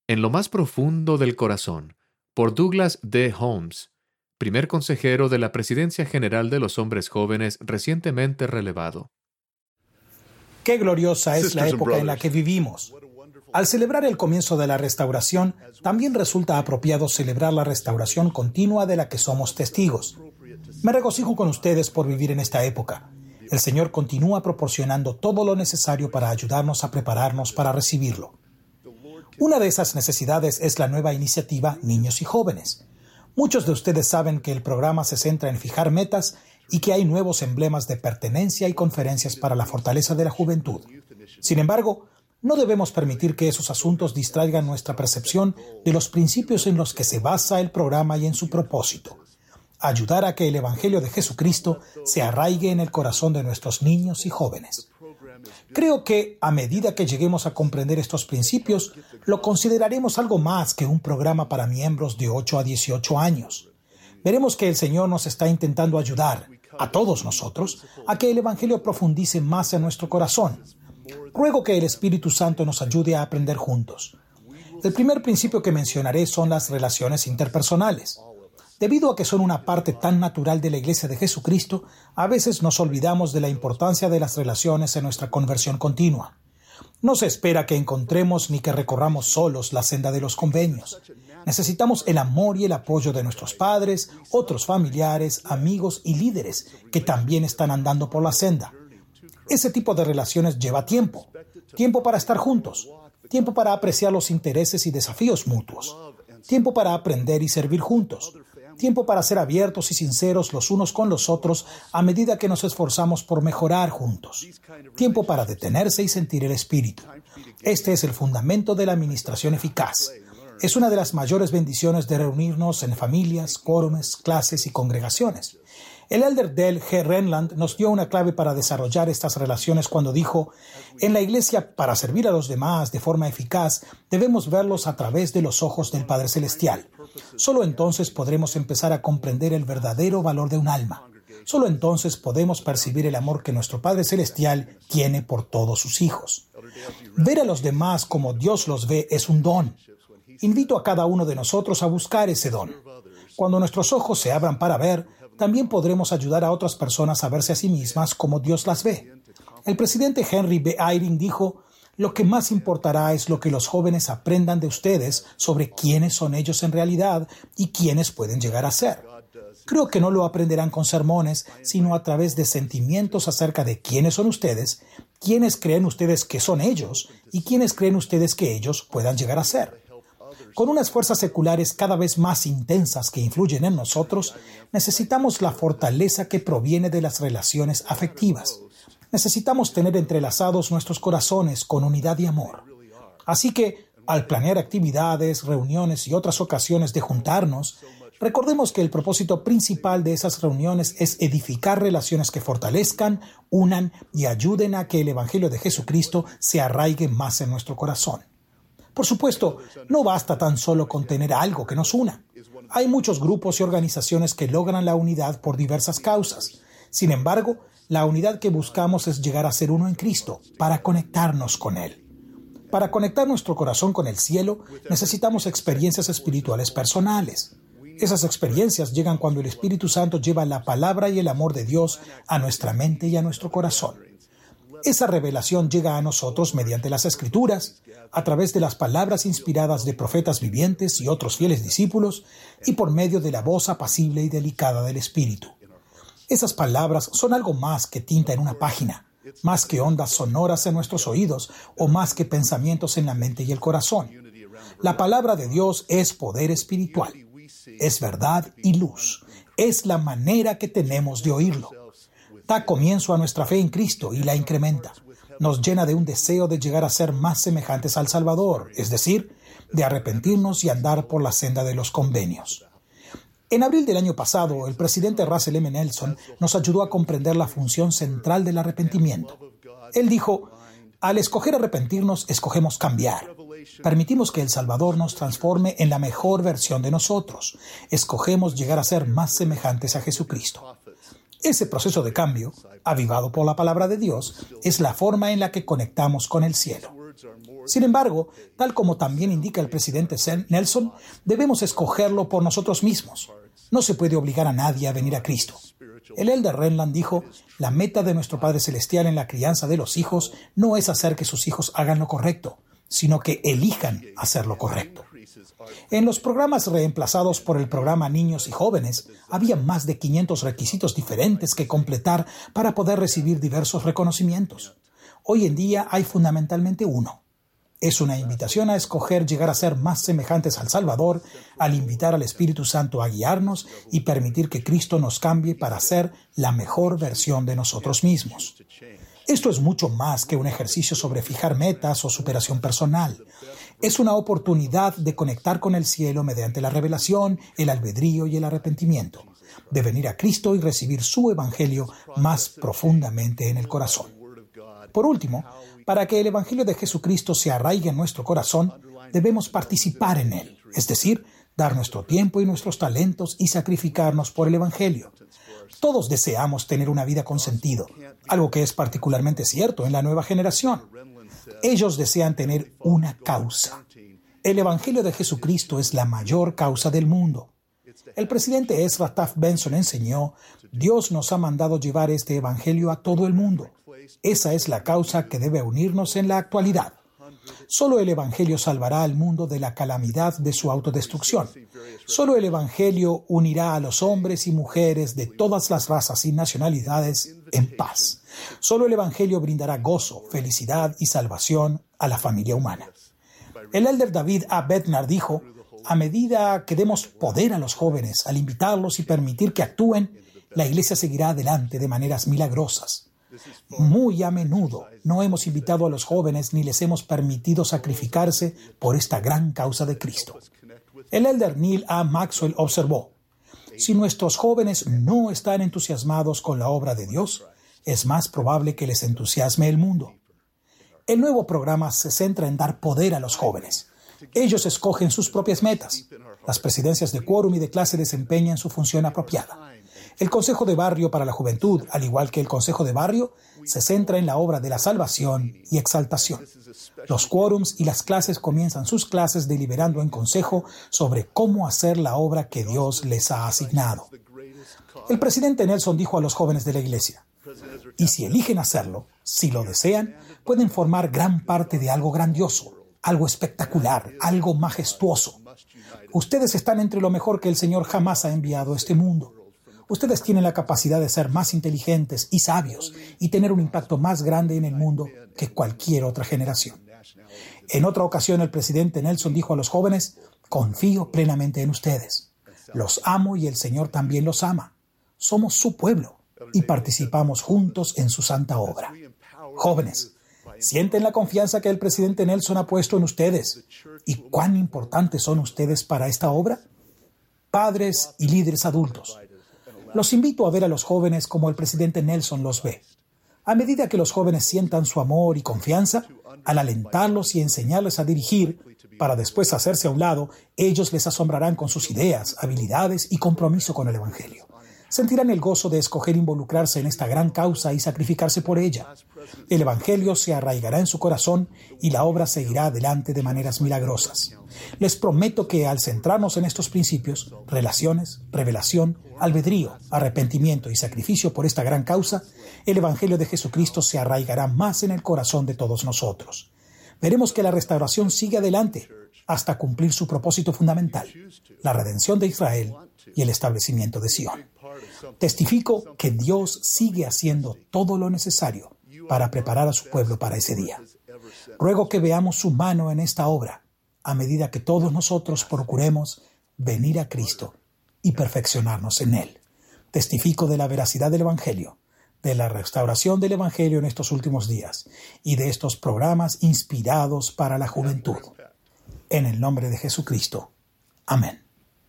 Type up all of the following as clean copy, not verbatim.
En lo más profundo del corazón, por Douglas D. Holmes, primer consejero de la Presidencia General de los Hombres Jóvenes recientemente relevado. Qué gloriosa es la época en la que vivimos. Al celebrar el comienzo de la restauración, también resulta apropiado celebrar la restauración continua de la que somos testigos. Me regocijo con ustedes por vivir en esta época. El Señor continúa proporcionando todo lo necesario para ayudarnos a prepararnos para recibirlo. Una de esas necesidades es la nueva iniciativa Niños y Jóvenes. Muchos de ustedes saben que el programa se centra en fijar metas y que hay nuevos emblemas de pertenencia y conferencias para la fortaleza de la juventud. Sin embargo, no debemos permitir que esos asuntos distraigan nuestra percepción de los principios en los que se basa el programa y en su propósito: ayudar a que el Evangelio de Jesucristo se arraigue en el corazón de nuestros niños y jóvenes. Creo que, a medida que lleguemos a comprender estos principios, lo consideraremos algo más que un programa para miembros de 8 a 18 años. Veremos que el Señor nos está intentando ayudar, a todos nosotros, a que el Evangelio profundice más en nuestro corazón. Ruego que el Espíritu Santo nos ayude a aprender juntos. El primer principio que mencionaré son las relaciones interpersonales. Debido a que son una parte tan natural de la Iglesia de Jesucristo, a veces nos olvidamos de la importancia de las relaciones en nuestra conversión continua. No se espera que encontremos ni que recorramos solos la senda de los convenios. Necesitamos el amor y el apoyo de nuestros padres, otros familiares, amigos y líderes que también están andando por la senda. Ese tipo de relaciones lleva tiempo. Tiempo para estar juntos. Tiempo para apreciar los intereses y desafíos mutuos. Tiempo para aprender y servir juntos. Tiempo para ser abiertos y sinceros los unos con los otros a medida que nos esforzamos por mejorar juntos. Tiempo para detenerse y sentir el Espíritu. Este es el fundamento de la administración eficaz. Es una de las mayores bendiciones de reunirnos en familias, quórumes, clases y congregaciones. El elder Dale G. Renland nos dio una clave para desarrollar estas relaciones cuando dijo: en la iglesia, para servir a los demás de forma eficaz, debemos verlos a través de los ojos del Padre Celestial. Solo entonces podremos empezar a comprender el verdadero valor de un alma. Solo entonces podemos percibir el amor que nuestro Padre Celestial tiene por todos sus hijos. Ver a los demás como Dios los ve es un don. Invito a cada uno de nosotros a buscar ese don. Cuando nuestros ojos se abran para ver, también podremos ayudar a otras personas a verse a sí mismas como Dios las ve. El presidente Henry B. Eyring dijo: lo que más importará es lo que los jóvenes aprendan de ustedes sobre quiénes son ellos en realidad y quiénes pueden llegar a ser. Creo que no lo aprenderán con sermones, sino a través de sentimientos acerca de quiénes son ustedes, quiénes creen ustedes que son ellos y quiénes creen ustedes que ellos puedan llegar a ser. Con unas fuerzas seculares cada vez más intensas que influyen en nosotros, necesitamos la fortaleza que proviene de las relaciones afectivas. Necesitamos tener entrelazados nuestros corazones con unidad y amor. Así que, al planear actividades, reuniones y otras ocasiones de juntarnos, recordemos que el propósito principal de esas reuniones es edificar relaciones que fortalezcan, unan y ayuden a que el Evangelio de Jesucristo se arraigue más en nuestro corazón. Por supuesto, no basta tan solo con tener algo que nos una. Hay muchos grupos y organizaciones que logran la unidad por diversas causas. Sin embargo, la unidad que buscamos es llegar a ser uno en Cristo, para conectarnos con Él. Para conectar nuestro corazón con el cielo, necesitamos experiencias espirituales personales. Esas experiencias llegan cuando el Espíritu Santo lleva la palabra y el amor de Dios a nuestra mente y a nuestro corazón. Esa revelación llega a nosotros mediante las Escrituras, a través de las palabras inspiradas de profetas vivientes y otros fieles discípulos, y por medio de la voz apacible y delicada del Espíritu. Esas palabras son algo más que tinta en una página, más que ondas sonoras en nuestros oídos o más que pensamientos en la mente y el corazón. La palabra de Dios es poder espiritual, es verdad y luz, es la manera que tenemos de oírlo. Da comienzo a nuestra fe en Cristo y la incrementa. Nos llena de un deseo de llegar a ser más semejantes al Salvador, es decir, de arrepentirnos y andar por la senda de los convenios. En abril del año pasado, el presidente Russell M. Nelson nos ayudó a comprender la función central del arrepentimiento. Él dijo: al escoger arrepentirnos, escogemos cambiar. Permitimos que el Salvador nos transforme en la mejor versión de nosotros. Escogemos llegar a ser más semejantes a Jesucristo. Ese proceso de cambio, avivado por la palabra de Dios, es la forma en la que conectamos con el cielo. Sin embargo, tal como también indica el presidente Nelson, debemos escogerlo por nosotros mismos. No se puede obligar a nadie a venir a Cristo. El elder Renland dijo, la meta de nuestro Padre Celestial en la crianza de los hijos no es hacer que sus hijos hagan lo correcto, sino que elijan hacer lo correcto. En los programas reemplazados por el programa Niños y Jóvenes, había más de 500 requisitos diferentes que completar para poder recibir diversos reconocimientos. Hoy en día hay fundamentalmente uno. Es una invitación a escoger llegar a ser más semejantes al Salvador, al invitar al Espíritu Santo a guiarnos y permitir que Cristo nos cambie para ser la mejor versión de nosotros mismos. Esto es mucho más que un ejercicio sobre fijar metas o superación personal. Es una oportunidad de conectar con el cielo mediante la revelación, el albedrío y el arrepentimiento, de venir a Cristo y recibir su evangelio más profundamente en el corazón. Por último, para que el evangelio de Jesucristo se arraigue en nuestro corazón, debemos participar en él, es decir, dar nuestro tiempo y nuestros talentos y sacrificarnos por el evangelio. Todos deseamos tener una vida con sentido, algo que es particularmente cierto en la nueva generación. Ellos desean tener una causa. El evangelio de Jesucristo es la mayor causa del mundo. El presidente Ezra Taft Benson enseñó, Dios nos ha mandado llevar este evangelio a todo el mundo. Esa es la causa que debe unirnos en la actualidad. Solo el evangelio salvará al mundo de la calamidad de su autodestrucción. Solo el evangelio unirá a los hombres y mujeres de todas las razas y nacionalidades en paz. Solo el evangelio brindará gozo, felicidad y salvación a la familia humana. El elder David A. Bednar dijo, a medida que demos poder a los jóvenes, al invitarlos y permitir que actúen, la iglesia seguirá adelante de maneras milagrosas. Muy a menudo no hemos invitado a los jóvenes ni les hemos permitido sacrificarse por esta gran causa de Cristo. El elder Neil A. Maxwell observó, si nuestros jóvenes no están entusiasmados con la obra de Dios, es más probable que les entusiasme el mundo. El nuevo programa se centra en dar poder a los jóvenes. Ellos escogen sus propias metas. Las presidencias de quórum y de clase desempeñan su función apropiada. El Consejo de Barrio para la Juventud, al igual que el Consejo de Barrio, se centra en la obra de la salvación y exaltación. Los quórums y las clases comienzan sus clases deliberando en consejo sobre cómo hacer la obra que Dios les ha asignado. El presidente Nelson dijo a los jóvenes de la iglesia, y si eligen hacerlo, si lo desean, pueden formar gran parte de algo grandioso, algo espectacular, algo majestuoso. Ustedes están entre lo mejor que el Señor jamás ha enviado a este mundo. Ustedes tienen la capacidad de ser más inteligentes y sabios y tener un impacto más grande en el mundo que cualquier otra generación. En otra ocasión, el presidente Nelson dijo a los jóvenes, confío plenamente en ustedes. Los amo y el Señor también los ama. Somos su pueblo y participamos juntos en su santa obra. Jóvenes, ¿sienten la confianza que el presidente Nelson ha puesto en ustedes? ¿Y cuán importantes son ustedes para esta obra? Padres y líderes adultos, los invito a ver a los jóvenes como el presidente Nelson los ve. A medida que los jóvenes sientan su amor y confianza, al alentarlos y enseñarles a dirigir, para después hacerse a un lado, ellos les asombrarán con sus ideas, habilidades y compromiso con el Evangelio. Sentirán el gozo de escoger involucrarse en esta gran causa y sacrificarse por ella. El Evangelio se arraigará en su corazón y la obra seguirá adelante de maneras milagrosas. Les prometo que al centrarnos en estos principios, relaciones, revelación, albedrío, arrepentimiento y sacrificio por esta gran causa, el Evangelio de Jesucristo se arraigará más en el corazón de todos nosotros. Veremos que la restauración sigue adelante hasta cumplir su propósito fundamental, la redención de Israel y el establecimiento de Sion. Testifico que Dios sigue haciendo todo lo necesario para preparar a su pueblo para ese día. Ruego que veamos su mano en esta obra, a medida que todos nosotros procuremos venir a Cristo y perfeccionarnos en Él. Testifico de la veracidad del Evangelio, de la restauración del Evangelio en estos últimos días y de estos programas inspirados para la juventud. En el nombre de Jesucristo. Amén.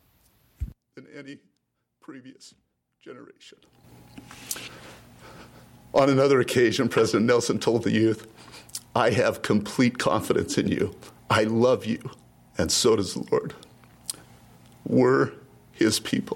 On another occasion, President Nelson told the youth, I have complete confidence in you. I love you, and so does the Lord. We're His people,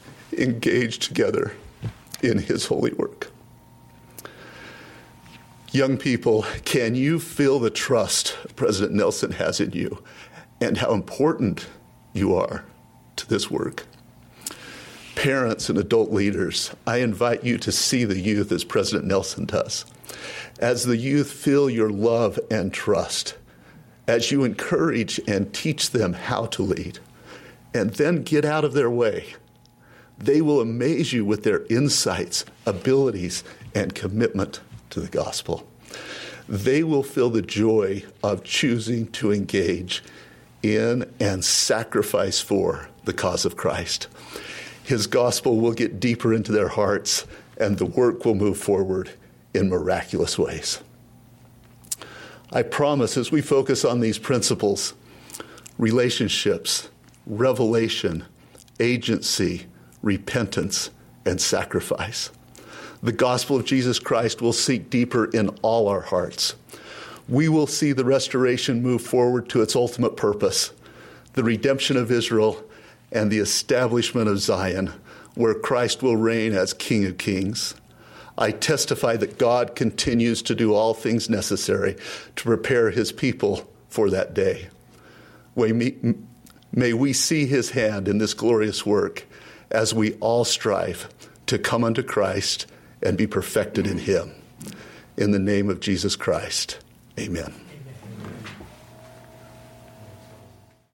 engaged together in His holy work. Young people, can you feel the trust President Nelson has in you and how important you are to this work? Parents and adult leaders, I invite you to see the youth as President Nelson does. As the youth feel your love and trust, as you encourage and teach them how to lead, and then get out of their way, they will amaze you with their insights, abilities, and commitment to the gospel. They will feel the joy of choosing to engage in and sacrifice for the cause of Christ. His gospel will get deeper into their hearts, and the work will move forward in miraculous ways. I promise, as we focus on these principles, relationships, revelation, agency, repentance, and sacrifice, the gospel of Jesus Christ will sink deeper in all our hearts. We will see the restoration move forward to its ultimate purpose, the redemption of Israel and the establishment of Zion, where Christ will reign as King of Kings. I testify that God continues to do all things necessary to prepare his people for that day. May we see his hand in this glorious work as we all strive to come unto Christ and be perfected in him. In the name of Jesus Christ, amen.